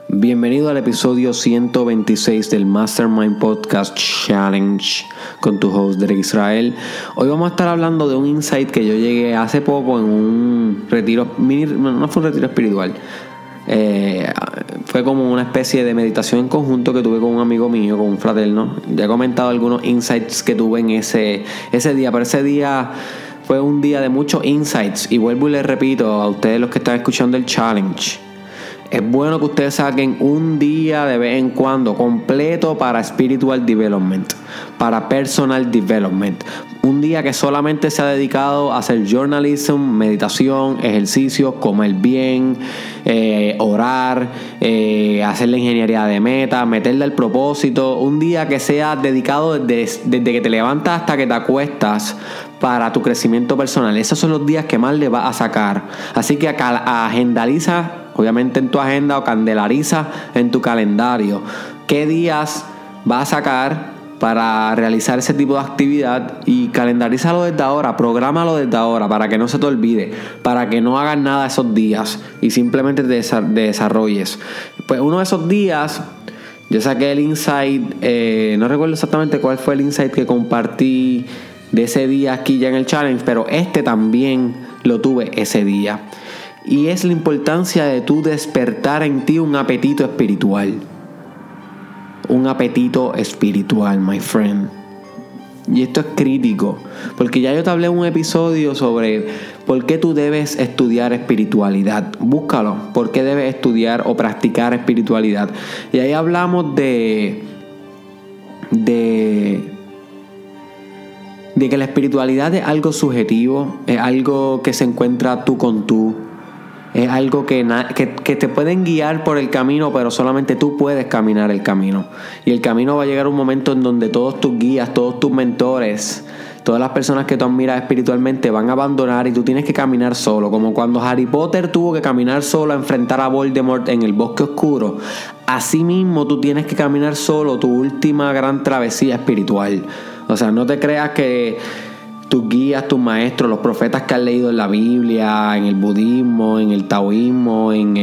Bienvenido al episodio 126 del Mastermind Podcast Challenge con tu host Derek Israel. Hoy vamos a estar hablando de un insight que yo llegué hace poco en un retiro, no fue un retiro espiritual, fue como una especie de meditación en conjunto que tuve con un amigo mío, con un fraterno. Ya he comentado algunos insights que tuve en ese día, pero ese día fue un día de muchos insights y vuelvo y les repito a ustedes los que están escuchando el challenge. Es bueno que ustedes saquen un día de vez en cuando completo para spiritual development, para personal development. Un día que solamente se ha dedicado a hacer journalism, meditación, ejercicios, comer bien, orar, hacer la ingeniería de meta, meterle el propósito. Un día que sea dedicado desde que te levantas hasta que te acuestas para tu crecimiento personal. Esos son los días que más le vas a sacar. Así que agendaliza, obviamente en tu agenda, o candelariza en tu calendario qué días vas a sacar para realizar ese tipo de actividad y calendarízalo desde ahora, prográmalo desde ahora para que no se te olvide, para que no hagas nada esos días y simplemente te desarrolles. Pues uno de esos días yo saqué el insight, no recuerdo exactamente cuál fue el insight que compartí de ese día aquí ya en el challenge, pero este también lo tuve ese día. Y es la importancia de tú despertar en ti un apetito espiritual. Un apetito espiritual, my friend. Y esto es crítico, porque ya yo te hablé en un episodio sobre por qué tú debes estudiar espiritualidad. Búscalo, por qué debes estudiar o practicar espiritualidad. Y ahí hablamos de que la espiritualidad es algo subjetivo, es algo que se encuentra tú con tú. Es algo que te pueden guiar por el camino, pero solamente tú puedes caminar el camino. Y el camino va a llegar un momento en donde todos tus guías, todos tus mentores, todas las personas que tú admiras espiritualmente van a abandonar y tú tienes que caminar solo. Como cuando Harry Potter tuvo que caminar solo a enfrentar a Voldemort en el bosque oscuro. Así mismo tú tienes que caminar solo tu última gran travesía espiritual. O sea, no te creas que tus guías, tus maestros, los profetas que has leído en la Biblia, en el budismo, en el taoísmo, en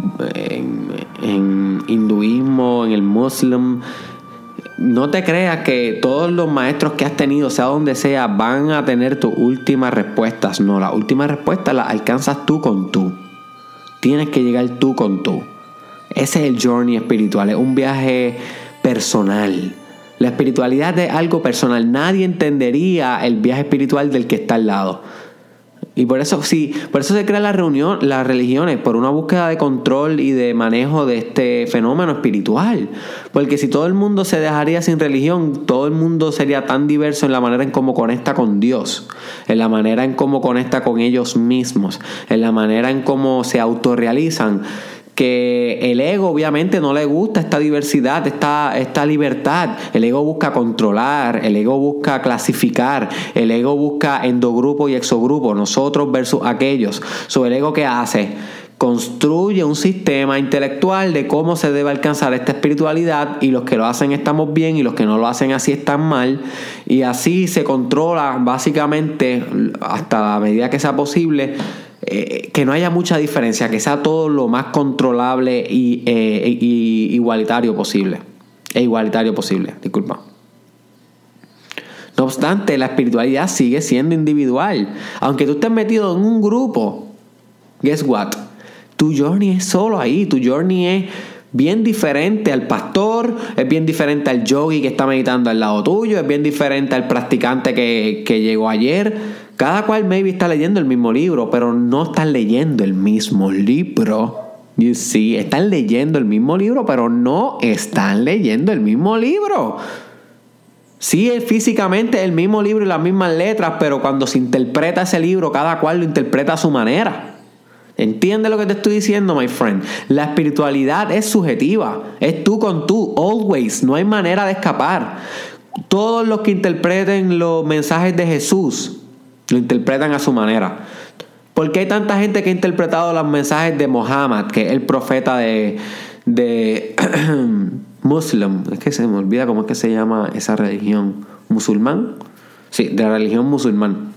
hinduismo, en el muslim, no te creas que todos los maestros que has tenido, sea donde sea, van a tener tus últimas respuestas. No, las últimas respuestas las alcanzas tú con tú. Tienes que llegar tú con tú. Ese es el journey espiritual, es un viaje personal. La espiritualidad es algo personal. Nadie entendería el viaje espiritual del que está al lado. Y por eso se crean las religiones, por una búsqueda de control y de manejo de este fenómeno espiritual. Porque si todo el mundo se dejaría sin religión, todo el mundo sería tan diverso en la manera en cómo conecta con Dios, en la manera en cómo conecta con ellos mismos, en la manera en cómo se autorrealizan, que el ego obviamente no le gusta esta diversidad, esta libertad. El ego busca controlar, el ego busca clasificar, el ego busca endogrupo y exogrupo, nosotros versus aquellos. El ego, ¿qué hace? Construye un sistema intelectual de cómo se debe alcanzar esta espiritualidad, y los que lo hacen estamos bien y los que no lo hacen así están mal, y así se controla básicamente hasta la medida que sea posible. Que no haya mucha diferencia, que sea todo lo más controlable y igualitario posible. Disculpa. No obstante, la espiritualidad sigue siendo individual. Aunque tú estés metido en un grupo, guess what? Tu journey es solo ahí. Tu journey es bien diferente al pastor, es bien diferente al yogi que está meditando al lado tuyo, es bien diferente al practicante que llegó ayer. Cada cual maybe está leyendo el mismo libro, pero no están leyendo el mismo libro. You see, están leyendo el mismo libro, pero no están leyendo el mismo libro. Sí, es físicamente el mismo libro y las mismas letras, pero cuando se interpreta ese libro, cada cual lo interpreta a su manera. ¿Entiendes lo que te estoy diciendo, my friend? La espiritualidad es subjetiva. Es tú con tú, always. No hay manera de escapar. Todos los que interpreten los mensajes de Jesús lo interpretan a su manera. ¿Por qué hay tanta gente que ha interpretado los mensajes de Muhammad, que es el profeta de Muslim? Es que se me olvida cómo es que se llama esa religión. ¿Musulmán? Sí, de la religión musulmán.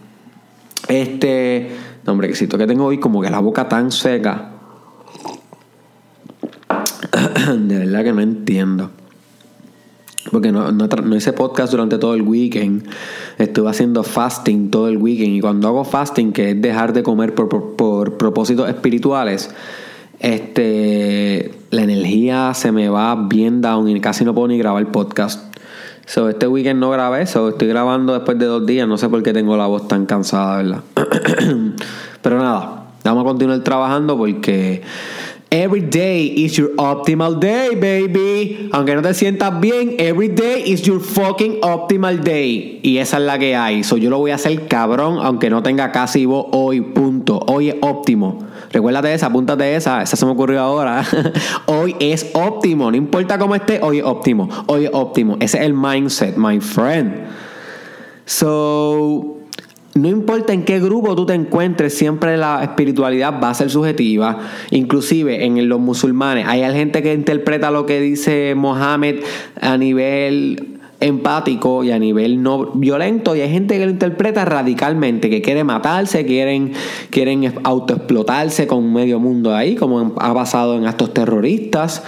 No, hombre, que tengo hoy como que la boca tan seca. De verdad que no entiendo. Porque no hice podcast durante todo el weekend. Estuve haciendo fasting todo el weekend. Y cuando hago fasting, que es dejar de comer por propósitos espirituales, la energía se me va bien down y casi no puedo ni grabar podcast. So, este weekend no grabé eso. Estoy grabando después de 2 días. No sé por qué tengo la voz tan cansada, ¿verdad? Pero nada, vamos a continuar trabajando porque every day is your optimal day, baby. Aunque no te sientas bien, every day is your fucking optimal day. Y esa es la que hay. So, yo lo voy a hacer cabrón, aunque no tenga casi voz hoy, punto. Hoy es óptimo. Recuérdate esa, apúntate esa se me ocurrió ahora. Hoy es óptimo, no importa cómo esté, hoy es óptimo. Hoy es óptimo. Ese es el mindset, my friend. So, no importa en qué grupo tú te encuentres, siempre la espiritualidad va a ser subjetiva. Inclusive en los musulmanes hay gente que interpreta lo que dice Mohammed a nivel empático y a nivel no violento, y hay gente que lo interpreta radicalmente, que quiere matarse, quieren autoexplotarse con medio mundo ahí, como ha pasado en actos terroristas.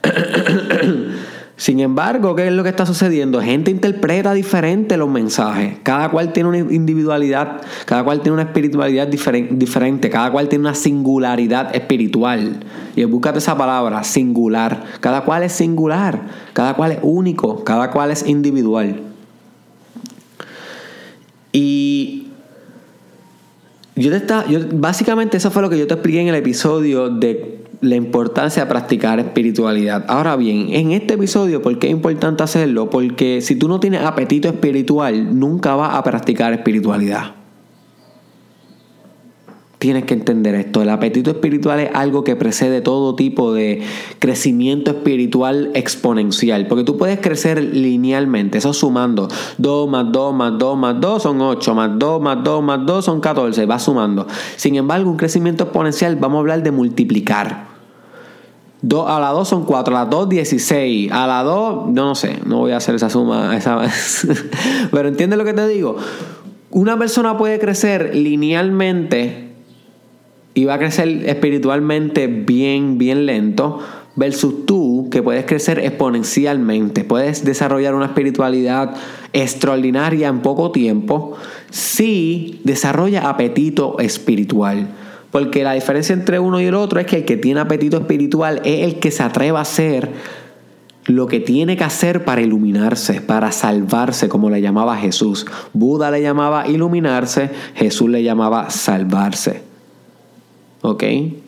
Sin embargo, ¿qué es lo que está sucediendo? Gente interpreta diferente los mensajes. Cada cual tiene una individualidad, cada cual tiene una espiritualidad diferente, cada cual tiene una singularidad espiritual. Y búscate esa palabra, singular. Cada cual es singular, cada cual es único, cada cual es individual. Y básicamente eso fue lo que yo te expliqué en el episodio de la importancia de practicar espiritualidad. Ahora bien, en este episodio, ¿por qué es importante hacerlo? Porque si tú no tienes apetito espiritual, nunca vas a practicar espiritualidad. Tienes que entender esto. El apetito espiritual es algo que precede todo tipo de crecimiento espiritual exponencial. Porque tú puedes crecer linealmente, eso sumando. 2 más 2 más 2 más 2 son 8, más 2 más 2 más 2 son 14, vas sumando. Sin embargo, un crecimiento exponencial, vamos a hablar de multiplicar. 2 a la 2 son 4, a la 2 16, a la 2, no sé, no voy a hacer esa suma esa vez. Pero entiendes lo que te digo. Una persona puede crecer linealmente y va a crecer espiritualmente bien lento, versus tú que puedes crecer exponencialmente. Puedes desarrollar una espiritualidad extraordinaria en poco tiempo si desarrolla apetito espiritual. Porque la diferencia entre uno y el otro es que el que tiene apetito espiritual es el que se atreve a hacer lo que tiene que hacer para iluminarse, para salvarse, como le llamaba Jesús. Buda le llamaba iluminarse, Jesús le llamaba salvarse. ¿Ok?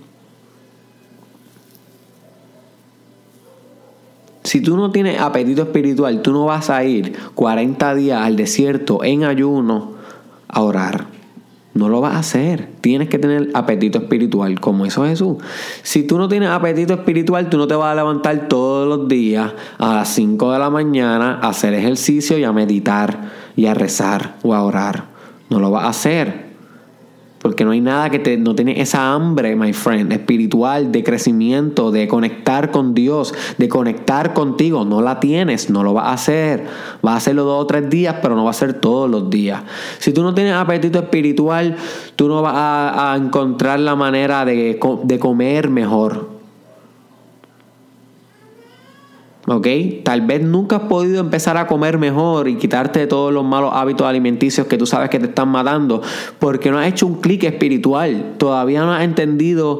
Si tú no tienes apetito espiritual, tú no vas a ir 40 días al desierto en ayuno a orar. No lo vas a hacer. Tienes que tener apetito espiritual, como hizo Jesús. Si tú no tienes apetito espiritual, tú no te vas a levantar todos los días a las 5 de la mañana a hacer ejercicio y a meditar y a rezar o a orar. No lo vas a hacer. Porque no hay nada no tiene esa hambre, my friend, espiritual, de crecimiento, de conectar con Dios, de conectar contigo. No la tienes, no lo vas a hacer. Vas a hacerlo 2 o 3 días, pero no va a ser todos los días. Si tú no tienes apetito espiritual, tú no vas a encontrar la manera de comer mejor. ¿Ok? Tal vez nunca has podido empezar a comer mejor y quitarte de todos los malos hábitos alimenticios que tú sabes que te están matando porque no has hecho un clic espiritual. Todavía no has entendido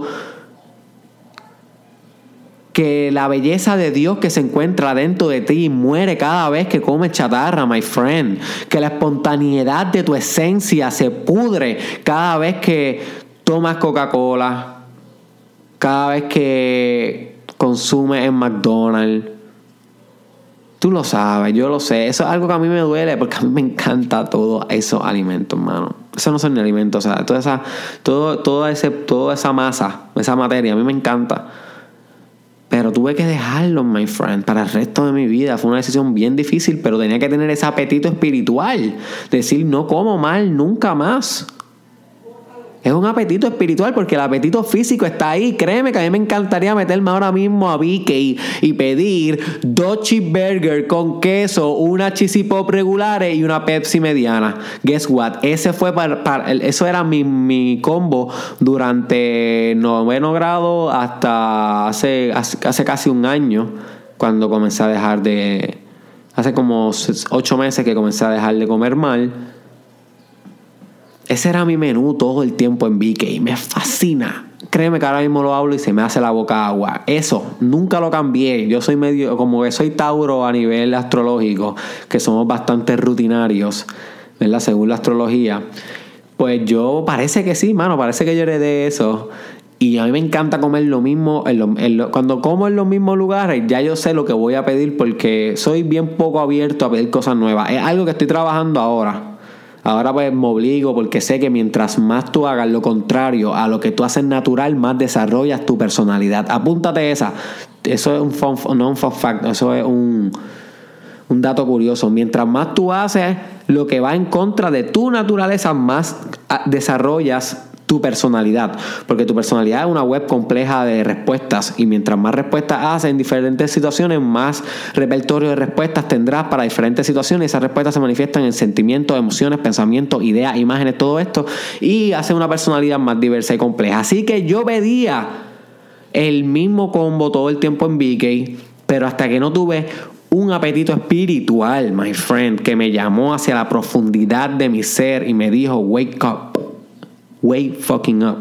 que la belleza de Dios que se encuentra dentro de ti muere cada vez que comes chatarra, my friend. Que la espontaneidad de tu esencia se pudre cada vez que tomas Coca-Cola, cada vez que consumes en McDonald's. Tú lo sabes, yo lo sé. Eso es algo que a mí me duele porque a mí me encanta todos esos alimentos, mano. Eso no son ni alimentos, o sea, toda esa masa, esa materia, a mí me encanta. Pero tuve que dejarlo, my friend, para el resto de mi vida. Fue una decisión bien difícil, pero tenía que tener ese apetito espiritual. Decir, no como mal nunca más. Es un apetito espiritual porque el apetito físico está ahí. Créeme que a mí me encantaría meterme ahora mismo a BK y pedir 2 cheeseburgers con queso, una cheesy pop regulares y una Pepsi mediana. Guess what? Ese fue eso era mi combo durante 9º grado hasta hace casi un año, cuando comencé a dejar de... Hace como 8 meses que comencé a dejar de comer mal. Ese era mi menú todo el tiempo en BK. Me fascina. Créeme que ahora mismo lo hablo y se me hace la boca agua. Eso, nunca lo cambié. Yo soy medio, como que soy Tauro a nivel astrológico, que somos bastante rutinarios, ¿verdad? Según la astrología. Pues yo, parece que sí, mano. Parece que yo heredé eso. Y a mí me encanta comer lo mismo. Cuando como en los mismos lugares, ya yo sé lo que voy a pedir porque soy bien poco abierto a pedir cosas nuevas. Es algo que estoy trabajando ahora. Ahora pues me obligo porque sé que mientras más tú hagas lo contrario a lo que tú haces natural, más desarrollas tu personalidad. Apúntate esa. Eso es un fun fact. Eso es un dato curioso. Mientras más tú haces lo que va en contra de tu naturaleza, más desarrollas tu personalidad, porque tu personalidad es una web compleja de respuestas, y mientras más respuestas haces en diferentes situaciones, más repertorio de respuestas tendrás para diferentes situaciones. Esas respuestas se manifiestan en sentimientos, emociones, pensamientos, ideas, imágenes, todo esto, y hace una personalidad más diversa y compleja. Así que yo pedía el mismo combo todo el tiempo en BK, pero hasta que no tuve un apetito espiritual, my friend, que me llamó hacia la profundidad de mi ser y me dijo, wake up. Wake fucking up.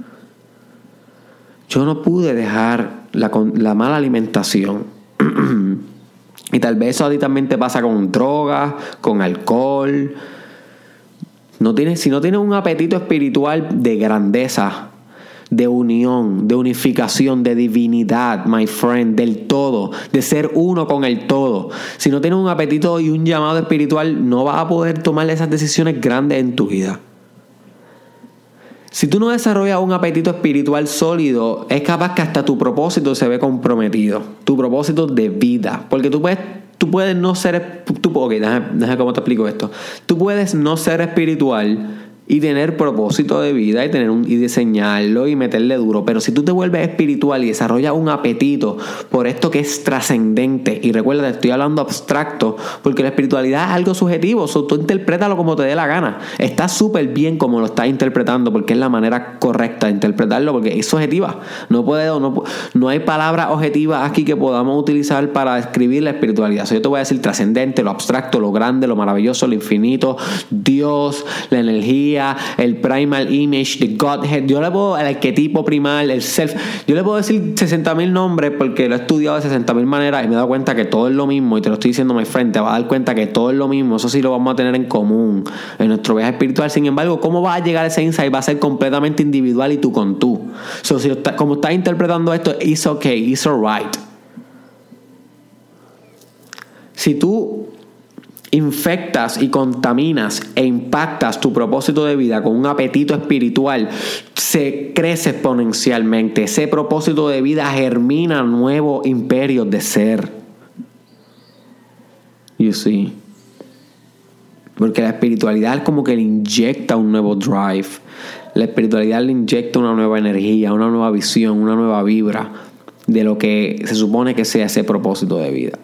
Yo no pude dejar la mala alimentación. Y tal vez eso a ti también te pasa con drogas, con alcohol. Si no tienes un apetito espiritual de grandeza, de unión, de unificación, de divinidad, my friend, del todo, de ser uno con el todo. Si no tienes un apetito y un llamado espiritual, no vas a poder tomar esas decisiones grandes en tu vida. Si tú no desarrollas un apetito espiritual sólido, es capaz que hasta tu propósito se ve comprometido. Tu propósito de vida. Porque tú puedes no ser... déjame cómo te explico esto. Tú puedes no ser espiritual y tener propósito de vida y diseñarlo y meterle duro, pero si tú te vuelves espiritual y desarrollas un apetito por esto que es trascendente, y recuerda, te estoy hablando abstracto porque la espiritualidad es algo subjetivo, tú interprétalo como te dé la gana. Está súper bien como lo estás interpretando porque es la manera correcta de interpretarlo, porque es subjetiva. No hay palabras objetivas aquí que podamos utilizar para describir la espiritualidad. Yo te voy a decir trascendente, lo abstracto, lo grande, lo maravilloso, lo infinito, Dios, la energía, el primal image, the Godhead. Yo le puedo, el arquetipo primal, el self. Yo le puedo decir 60,000 nombres porque lo he estudiado de 60,000 maneras y me he dado cuenta que todo es lo mismo. Y te lo estoy diciendo, my friend, te vas a dar cuenta que todo es lo mismo. Eso sí lo vamos a tener en común en nuestro viaje espiritual. Sin embargo, ¿cómo vas a llegar a ese insight? Va a ser completamente individual y tú con tú. Como estás interpretando esto, it's okay, it's alright. Si tú infectas y contaminas e impactas tu propósito de vida con un apetito espiritual, se crece exponencialmente. Ese propósito de vida germina nuevos imperios de ser. You see. Porque la espiritualidad como que le inyecta un nuevo drive. La espiritualidad le inyecta una nueva energía, una nueva visión, una nueva vibra de lo que se supone que sea ese propósito de vida.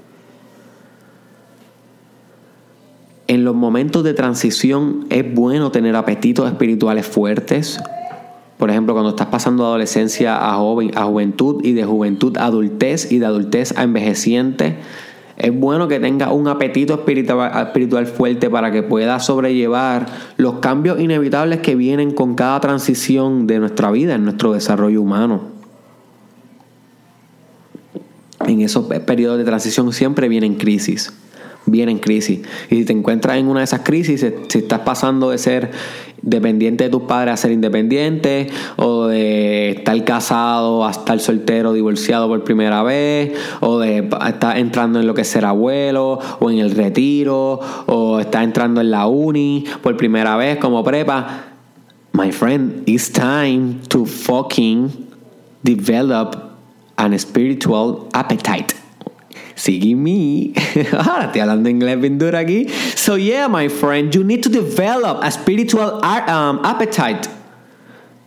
En los momentos de transición es bueno tener apetitos espirituales fuertes. Por ejemplo, cuando estás pasando de adolescencia a juventud, y de juventud a adultez, y de adultez a envejeciente, es bueno que tengas un apetito espiritual fuerte para que puedas sobrellevar los cambios inevitables que vienen con cada transición de nuestra vida, en nuestro desarrollo humano. En esos periodos de transición siempre vienen crisis. Y si te encuentras en una de esas crisis, si estás pasando de ser dependiente de tus padres a ser independiente, o de estar casado a estar soltero, divorciado por primera vez, o de estar entrando en lo que es ser abuelo, o en el retiro, o estar entrando en la uni por primera vez como prepa, my friend, it's time to fucking develop an spiritual appetite. Sigue me. Ahora estoy hablando inglés bien duro aquí. So yeah, my friend, you need to develop a spiritual appetite.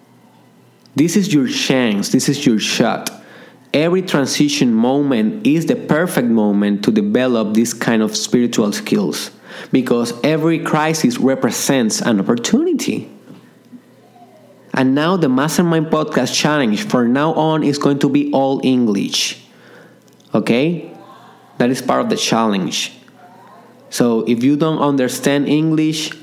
This is your chance. This is your shot. Every transition moment is the perfect moment to develop this kind of spiritual skills because every crisis represents an opportunity. And now the Mastermind Podcast Challenge from now on is going to be all English. Okay? That is part of the challenge. So if you don't understand English,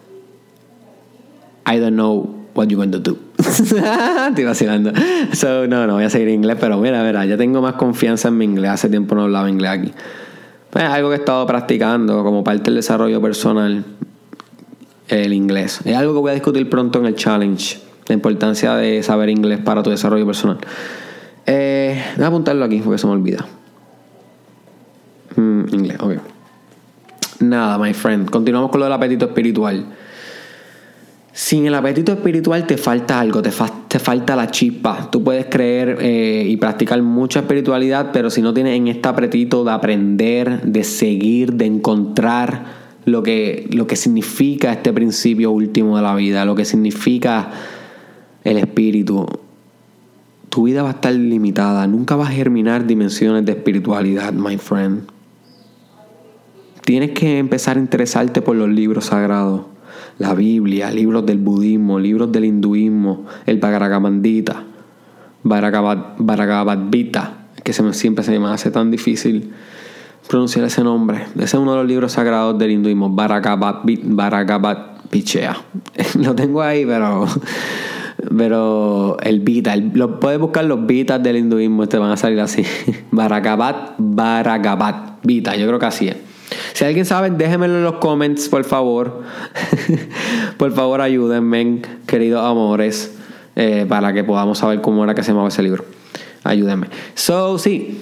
I don't know what you're going to do. Estoy vacilando. So, no voy a seguir inglés, pero mira, ya tengo más confianza en mi inglés. Hace tiempo no hablaba inglés aquí. Pues algo que he estado practicando como parte del desarrollo personal, el inglés. Es algo que voy a discutir pronto en el challenge. La importancia de saber inglés para tu desarrollo personal. Voy a apuntarlo aquí porque se me olvida. Inglés, ok. Nada, my friend. Continuamos con lo del apetito espiritual. Sin el apetito espiritual te falta algo, te falta la chispa. Tú puedes creer y practicar mucha espiritualidad, pero si no tienes en este apetito de aprender, de seguir, de encontrar lo que significa este principio último de la vida, lo que significa el espíritu, tu vida va a estar limitada. Nunca vas a germinar dimensiones de espiritualidad, my friend. Tienes que empezar a interesarte por los libros sagrados. La Biblia, libros del budismo, libros del hinduismo, el Bhagavad Gita, que siempre se me hace tan difícil pronunciar ese nombre. Ese es uno de los libros sagrados del hinduismo, Bhagavad Gita. Lo tengo ahí, pero el Vita, puedes buscar los Vitas del hinduismo, te van a salir así. Bhagavad Gita, yo creo que así es. Si alguien sabe, déjenmelo en los comments, por favor. Por favor, ayúdenme, queridos amores, para que podamos saber cómo era que se llamaba ese libro. Ayúdenme. So, sí.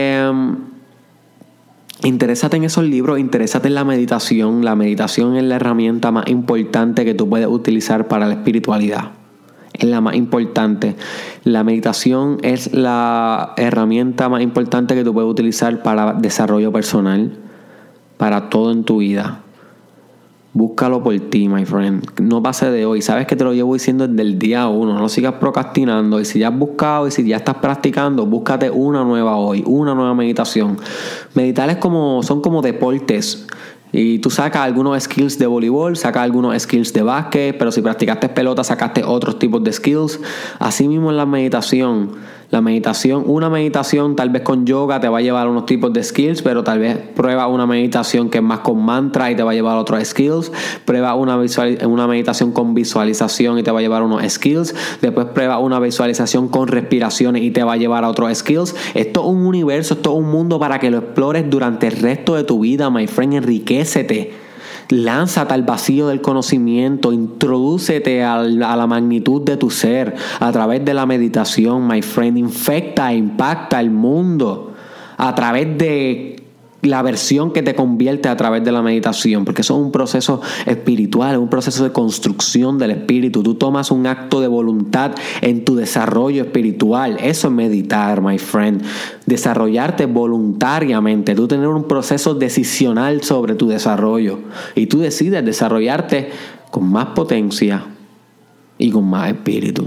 Interésate en esos libros, interésate en la meditación. La meditación es la herramienta más importante que tú puedes utilizar para la espiritualidad. Es la más importante. La meditación es la herramienta más importante que tú puedes utilizar para desarrollo personal, para todo en tu vida. Búscalo por ti, my friend. No pase de hoy. Sabes que te lo llevo diciendo desde el día 1. No sigas procrastinando. Y si ya has buscado y si ya estás practicando, búscate una nueva hoy. Una nueva meditación. Meditar son como deportes. Y tú sacas algunos skills de voleibol, sacas algunos skills de básquet, pero si practicaste pelota, sacaste otros tipos de skills. Así mismo en la meditación. Una meditación tal vez con yoga te va a llevar a unos tipos de skills, pero tal vez prueba una meditación que es más con mantra y te va a llevar a otros skills. Prueba una meditación con visualización y te va a llevar a unos skills. Después prueba una visualización con respiraciones y te va a llevar a otros skills. Esto es un universo, esto es un mundo para que lo explores durante el resto de tu vida, my friend. Enriquécete. Lánzate al vacío del conocimiento, introdúcete a la magnitud de tu ser a través de la meditación, my friend. Infecta e impacta el mundo a través de la versión que te convierte a través de la meditación, porque eso es un proceso espiritual, es un proceso de construcción del espíritu. Tú tomas un acto de voluntad en tu desarrollo espiritual. Eso es meditar, my friend. Desarrollarte voluntariamente, tú tener un proceso decisional sobre tu desarrollo y tú decides desarrollarte con más potencia y con más espíritu.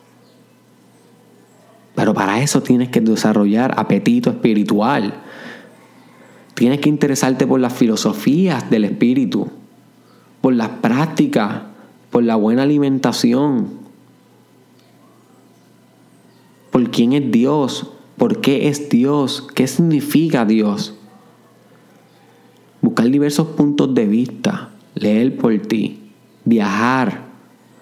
Pero para eso tienes que desarrollar apetito espiritual. Tienes que interesarte por las filosofías del espíritu, por las prácticas, por la buena alimentación, por quién es Dios, por qué es Dios, qué significa Dios. Buscar diversos puntos de vista, leer por ti, viajar.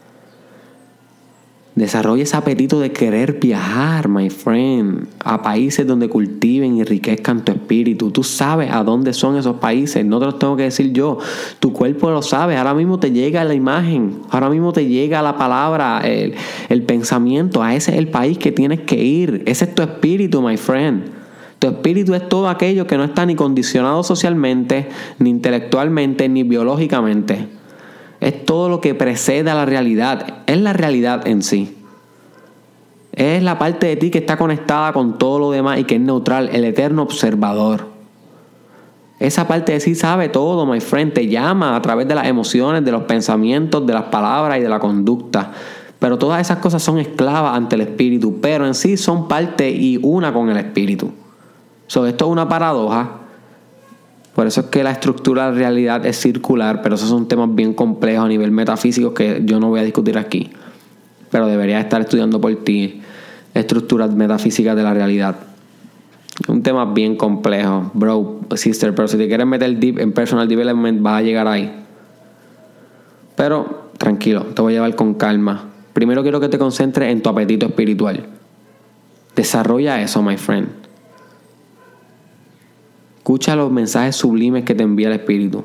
Desarrolla ese apetito de querer viajar, my friend, a países donde cultiven y enriquezcan tu espíritu. Tú sabes a dónde son esos países, no te los tengo que decir yo. Tu cuerpo lo sabe, ahora mismo te llega la imagen, ahora mismo te llega la palabra, el pensamiento. A ese es el país que tienes que ir. Ese es tu espíritu, my friend. Tu espíritu es todo aquello que no está ni condicionado socialmente, ni intelectualmente, ni biológicamente. Es todo lo que precede a la realidad. Es la realidad en sí. Es la parte de ti que está conectada con todo lo demás y que es neutral, el eterno observador. Esa parte de sí sabe todo, my friend. Te llama a través de las emociones, de los pensamientos, de las palabras y de la conducta. Pero todas esas cosas son esclavas ante el espíritu, pero en sí son parte y una con el espíritu. Esto es una paradoja. Por eso es que la estructura de la realidad es circular, pero esos son temas bien complejos a nivel metafísico que yo no voy a discutir aquí. Pero deberías estar estudiando por ti estructuras metafísicas de la realidad. Un tema bien complejo, bro, sister, pero si te quieres meter deep en personal development vas a llegar ahí. Pero tranquilo, te voy a llevar con calma. Primero quiero que te concentres en tu apetito espiritual. Desarrolla eso, my friend. Escucha los mensajes sublimes que te envía el espíritu.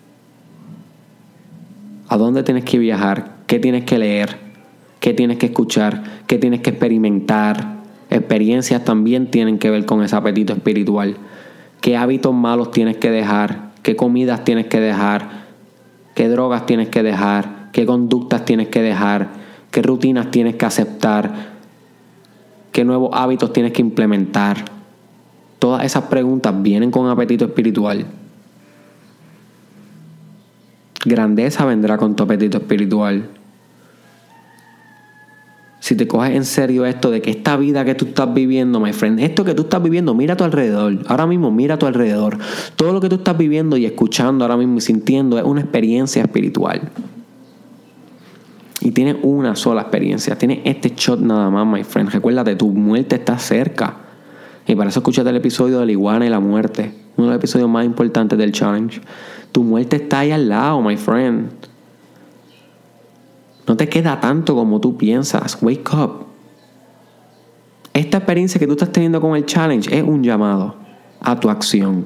¿A dónde tienes que viajar? ¿Qué tienes que leer? ¿Qué tienes que escuchar? ¿Qué tienes que experimentar? Experiencias también tienen que ver con ese apetito espiritual. ¿Qué hábitos malos tienes que dejar? ¿Qué comidas tienes que dejar? ¿Qué drogas tienes que dejar? ¿Qué conductas tienes que dejar? ¿Qué rutinas tienes que aceptar? ¿Qué nuevos hábitos tienes que implementar? Todas esas preguntas vienen con apetito espiritual. Grandeza vendrá con tu apetito espiritual. Si te coges en serio esto de que esta vida que tú estás viviendo, my friend, esto que tú estás viviendo, mira a tu alrededor. Ahora mismo mira a tu alrededor. Todo lo que tú estás viviendo y escuchando ahora mismo y sintiendo es una experiencia espiritual. Y tienes una sola experiencia. Tienes este shot nada más, my friend. Recuérdate, tu muerte está cerca. Y para eso escúchate el episodio de la iguana y la muerte. Uno de los episodios más importantes del challenge. Tu muerte está ahí al lado, my friend. No te queda tanto como tú piensas. Wake up. Esta experiencia que tú estás teniendo con el challenge es un llamado a tu acción.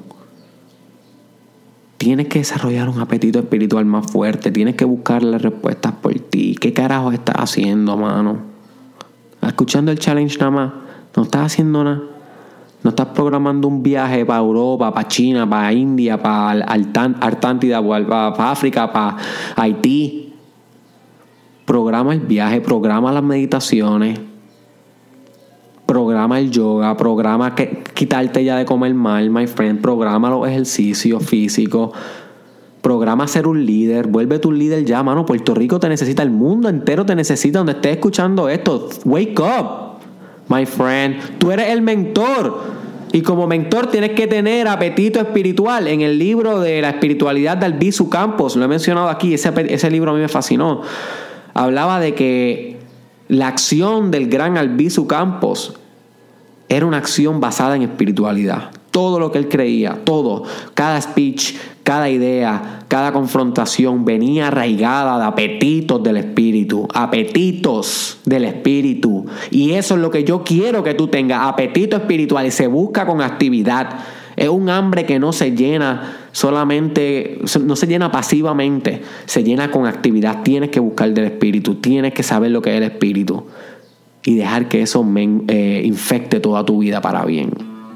Tienes que desarrollar un apetito espiritual más fuerte. Tienes que buscar las respuestas por ti. ¿Qué carajo estás haciendo, mano? Escuchando el challenge nada más. No estás haciendo nada. No estás programando un viaje para Europa, para China, para India, para Artántida, para África, para Haití. Programa el viaje, programa las meditaciones, programa el yoga, programa quitarte ya de comer mal, my friend, programa los ejercicios físicos, programa ser un líder, vuélvete un líder ya, mano. Puerto Rico te necesita, el mundo entero te necesita, donde estés escuchando esto. Wake up, my friend. Tú eres el mentor. Y como mentor tienes que tener apetito espiritual. En el libro de la espiritualidad de Albizu Campos, lo he mencionado aquí, ese libro a mí me fascinó. Hablaba de que la acción del gran Albizu Campos era una acción basada en espiritualidad. Todo lo que él creía, todo, cada speech, cada idea, cada confrontación venía arraigada de apetitos del espíritu. Apetitos del espíritu. Y eso es lo que yo quiero que tú tengas. Apetito espiritual. Y se busca con actividad. Es un hambre que no se llena solamente, no se llena pasivamente. Se llena con actividad. Tienes que buscar del espíritu. Tienes que saber lo que es el espíritu. Y dejar que eso infecte toda tu vida para bien.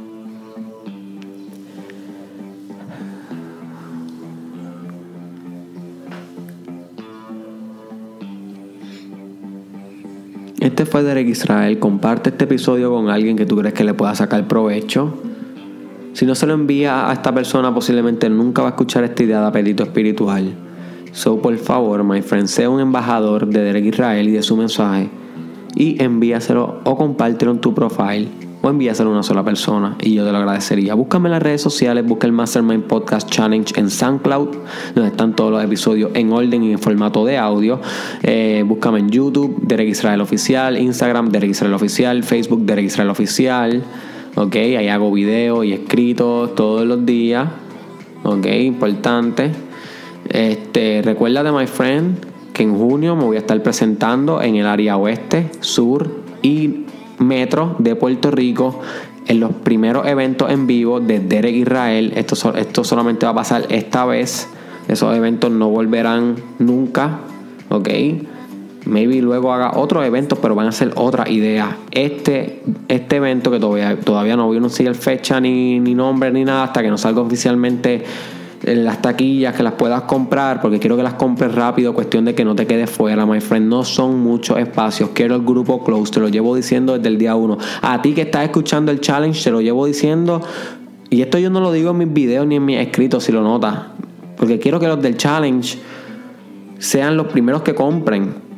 Este fue Derek Israel. Comparte este episodio con alguien que tú crees que le pueda sacar provecho. Si no se lo envía a esta persona, posiblemente nunca va a escuchar esta idea de apetito espiritual. So, por favor, my friend, sea un embajador de Derek Israel y de su mensaje. Y envíaselo o compártelo en tu profile. O envíaselo a una sola persona y yo te lo agradecería. Búscame en las redes sociales, busca el Mastermind Podcast Challenge en SoundCloud, donde están todos los episodios en orden y en formato de audio. Búscame en YouTube, Derek Israel Oficial, Instagram, Derek Israel Oficial, Facebook, Derek Israel Oficial. Ok, ahí hago videos y escritos todos los días. Ok, importante. Recuérdate, my friend, que en junio me voy a estar presentando en el área oeste, sur y metro de Puerto Rico en los primeros eventos en vivo de Derek Israel. Esto solamente va a pasar esta vez. Esos eventos no volverán nunca. Ok, maybe luego haga otros eventos, pero van a ser otra idea. Este evento que todavía no voy a anunciar fecha ni nombre ni nada hasta que no salga oficialmente en las taquillas, que las puedas comprar, porque quiero que las compres rápido, cuestión de que no te quedes fuera, my friend. No son muchos espacios. Quiero el grupo close, te lo llevo diciendo desde el día 1. A ti que estás escuchando el challenge, te lo llevo diciendo, y esto yo no lo digo en mis videos ni en mis escritos, si lo notas, porque quiero que los del challenge sean los primeros que compren.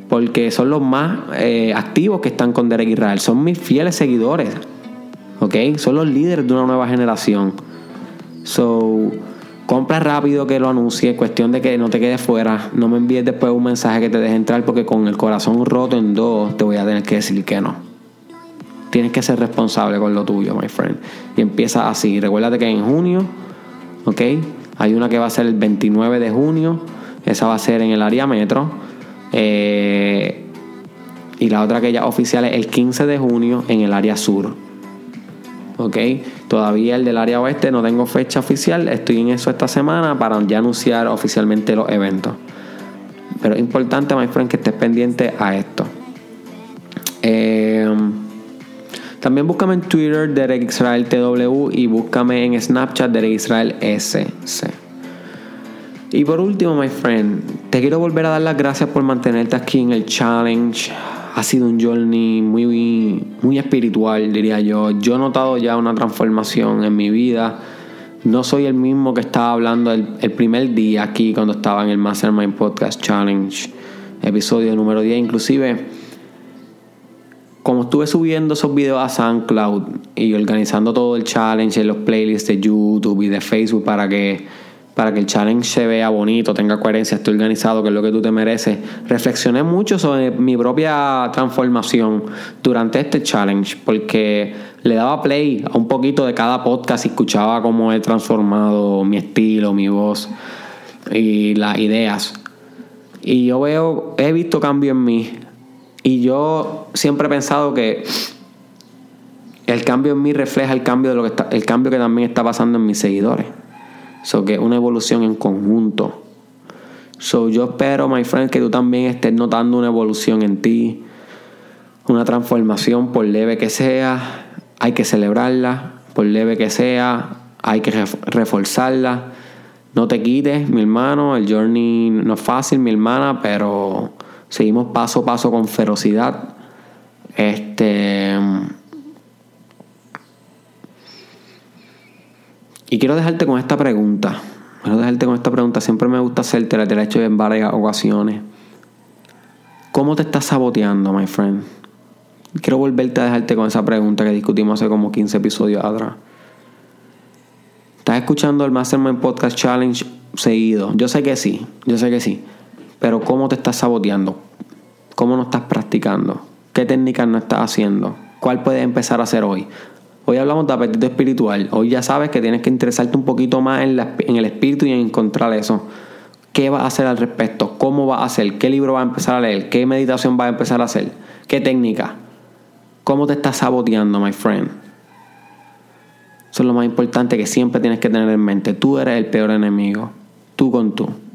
porque son los más activos que están con Derek Israel. Son mis fieles seguidores, ¿ok? Son los líderes de una nueva generación. So, compra rápido que lo anuncie, cuestión de que no te quedes fuera. No me envíes después un mensaje que te deje entrar, porque con el corazón roto en dos te voy a tener que decir que no. Tienes que ser responsable con lo tuyo, my friend. Y empieza así. Recuérdate que en junio, ¿ok? Hay una que va a ser el 29 de junio. Esa va a ser en el área metro. Y la otra que ya oficial es el 15 de junio en el área sur. ¿Ok? Todavía el del área oeste no tengo fecha oficial. Estoy en eso esta semana para ya anunciar oficialmente los eventos. Pero es importante, my friend, que estés pendiente a esto. También búscame en Twitter Derek Israel TW y búscame en Snapchat Derek Israel SC. Y por último, my friend, te quiero volver a dar las gracias por mantenerte aquí en el challenge. Ha sido un journey muy espiritual, diría yo. Yo he notado ya una transformación en mi vida. No soy el mismo que estaba hablando el primer día aquí cuando estaba en el Mastermind Podcast Challenge, episodio número 10. Inclusive, como estuve subiendo esos videos a SoundCloud y organizando todo el challenge en los playlists de YouTube y de Facebook para que el challenge se vea bonito, tenga coherencia, esté organizado, que es lo que tú te mereces, reflexioné mucho sobre mi propia transformación durante este challenge, porque le daba play a un poquito de cada podcast y escuchaba cómo he transformado mi estilo, mi voz y las ideas. Y yo he visto cambio en mí. Y yo siempre he pensado que el cambio en mí refleja el cambio el cambio que también está pasando en mis seguidores. So, que es una evolución en conjunto. So, yo espero, my friend, que tú también estés notando una evolución en ti, una transformación, por leve que sea, hay que celebrarla. Por leve que sea, hay que reforzarla. No te quites, mi hermano. El journey no es fácil, mi hermana, pero seguimos paso a paso con ferocidad. Y quiero dejarte con esta pregunta. Siempre me gusta hacértela, te la he hecho en varias ocasiones. ¿Cómo te estás saboteando, my friend? Quiero volverte a dejarte con esa pregunta que discutimos hace como 15 episodios atrás. ¿Estás escuchando el Mastermind Podcast Challenge seguido? Yo sé que sí. Pero ¿cómo te estás saboteando? ¿Cómo no estás practicando? ¿Qué técnicas no estás haciendo? ¿Cuál puedes empezar a hacer hoy? Hoy hablamos de apetito espiritual. Hoy ya sabes que tienes que interesarte un poquito más en el espíritu y en encontrar eso. ¿Qué vas a hacer al respecto? ¿Cómo vas a hacer? ¿Qué libro vas a empezar a leer? ¿Qué meditación vas a empezar a hacer? ¿Qué técnica? ¿Cómo te estás saboteando, my friend? Eso es lo más importante que siempre tienes que tener en mente. Tú eres el peor enemigo. Tú con tú.